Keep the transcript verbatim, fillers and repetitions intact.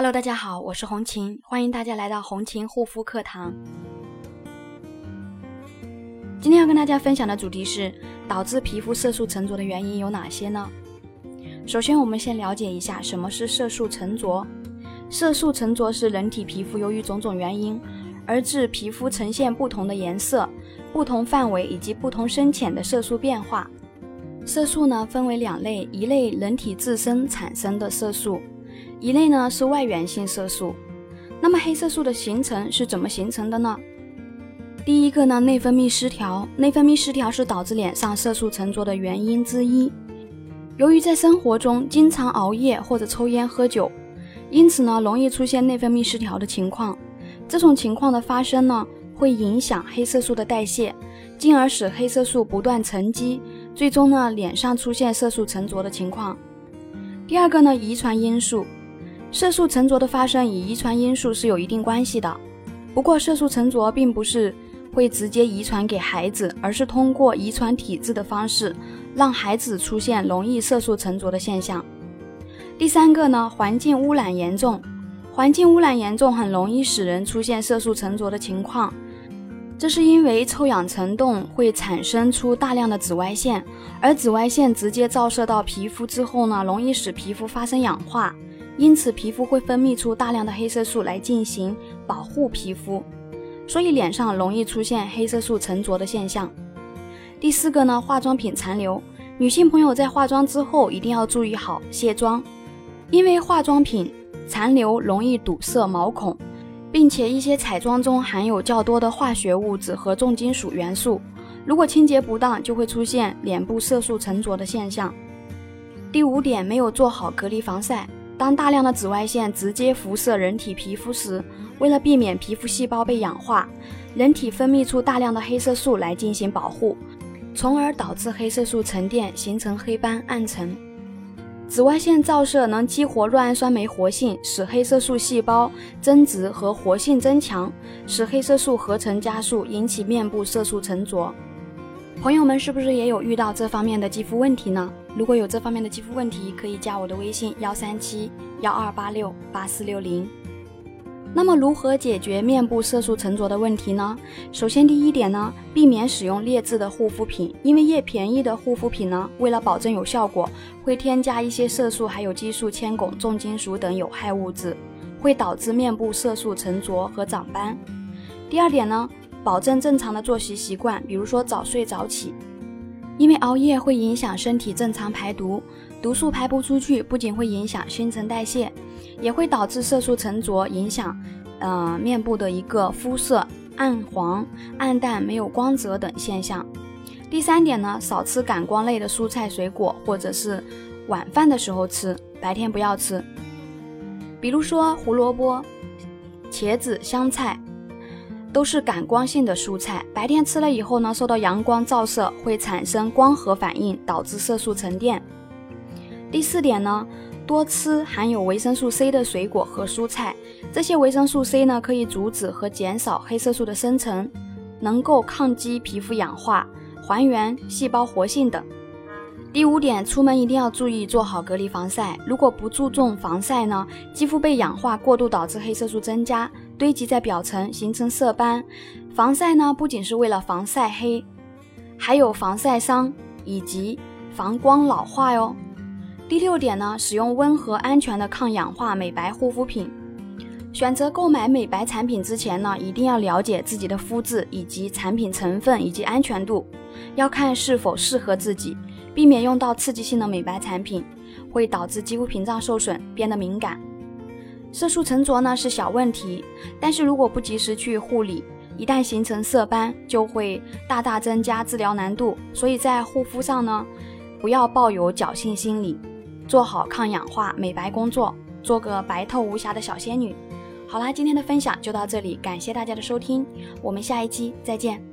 Hello， 大家好，我是红琴，欢迎大家来到红琴护肤课堂。今天要跟大家分享的主题是导致皮肤色素沉着的原因有哪些呢？首先我们先了解一下什么是色素沉着。色素沉着是人体皮肤由于种种原因而致皮肤呈现不同的颜色、不同范围以及不同深浅的色素变化。色素呢分为两类，一类人体自身产生的色素，一类呢是外源性色素。那么黑色素的形成是怎么形成的呢？第一个呢，内分泌失调。内分泌失调是导致脸上色素沉着的原因之一。由于在生活中经常熬夜或者抽烟喝酒，因此呢容易出现内分泌失调的情况。这种情况的发生呢会影响黑色素的代谢，进而使黑色素不断沉积，最终呢脸上出现色素沉着的情况。第二个呢，遗传因素。色素沉着的发生与遗传因素是有一定关系的，不过色素沉着并不是会直接遗传给孩子，而是通过遗传体质的方式让孩子出现容易色素沉着的现象。第三个呢，环境污染严重。环境污染严重很容易使人出现色素沉着的情况，这是因为臭氧层冻会产生出大量的紫外线，而紫外线直接照射到皮肤之后呢，容易使皮肤发生氧化，因此皮肤会分泌出大量的黑色素来进行保护皮肤，所以脸上容易出现黑色素沉着的现象。第四个呢，化妆品残留。女性朋友在化妆之后一定要注意好卸妆，因为化妆品残留容易堵塞毛孔，并且一些彩妆中含有较多的化学物质和重金属元素，如果清洁不当就会出现脸部色素沉着的现象。第五点，没有做好隔离防晒。当大量的紫外线直接辐射人体皮肤时，为了避免皮肤细胞被氧化，人体分泌出大量的黑色素来进行保护，从而导致黑色素沉淀，形成黑斑暗沉。紫外线照射能激活酪氨酸酶活性，使黑色素细胞增殖和活性增强，使黑色素合成加速，引起面部色素沉着。朋友们是不是也有遇到这方面的肌肤问题呢？如果有这方面的肌肤问题，可以加我的微信一三七一二八六八四六零。那么如何解决面部色素沉着的问题呢？首先第一点呢，避免使用劣质的护肤品，因为越便宜的护肤品呢，为了保证有效果，会添加一些色素、还有激素、铅汞、重金属等有害物质，会导致面部色素沉着和长斑。第二点呢，保证正常的作息习惯，比如说早睡早起，因为熬夜会影响身体正常排毒，毒素排不出去，不仅会影响新陈代谢，也会导致色素沉着，影响呃面部的一个肤色暗黄、暗淡、没有光泽等现象。第三点呢，少吃感光类的蔬菜水果，或者是晚饭的时候吃，白天不要吃。比如说胡萝卜、茄子、香菜都是感光性的蔬菜，白天吃了以后呢，受到阳光照射会产生光合反应，导致色素沉淀。第四点呢，多吃含有维生素 C 的水果和蔬菜，这些维生素 C 呢可以阻止和减少黑色素的生成，能够抗击皮肤氧化，还原细胞活性等。第五点，出门一定要注意做好隔离防晒，如果不注重防晒呢，肌肤被氧化过度导致黑色素增加，堆积在表层形成色斑。防晒呢不仅是为了防晒黑，还有防晒伤以及防光老化哟。第六点呢，使用温和安全的抗氧化美白护肤品。选择购买美白产品之前呢，一定要了解自己的肤质以及产品成分以及安全度，要看是否适合自己，避免用到刺激性的美白产品，会导致肌肤屏障受损，变得敏感。色素沉着呢是小问题，但是如果不及时去护理，一旦形成色斑，就会大大增加治疗难度。所以在护肤上呢，不要抱有侥幸心理，做好抗氧化美白工作，做个白透无瑕的小仙女。好啦，今天的分享就到这里，感谢大家的收听，我们下一期再见。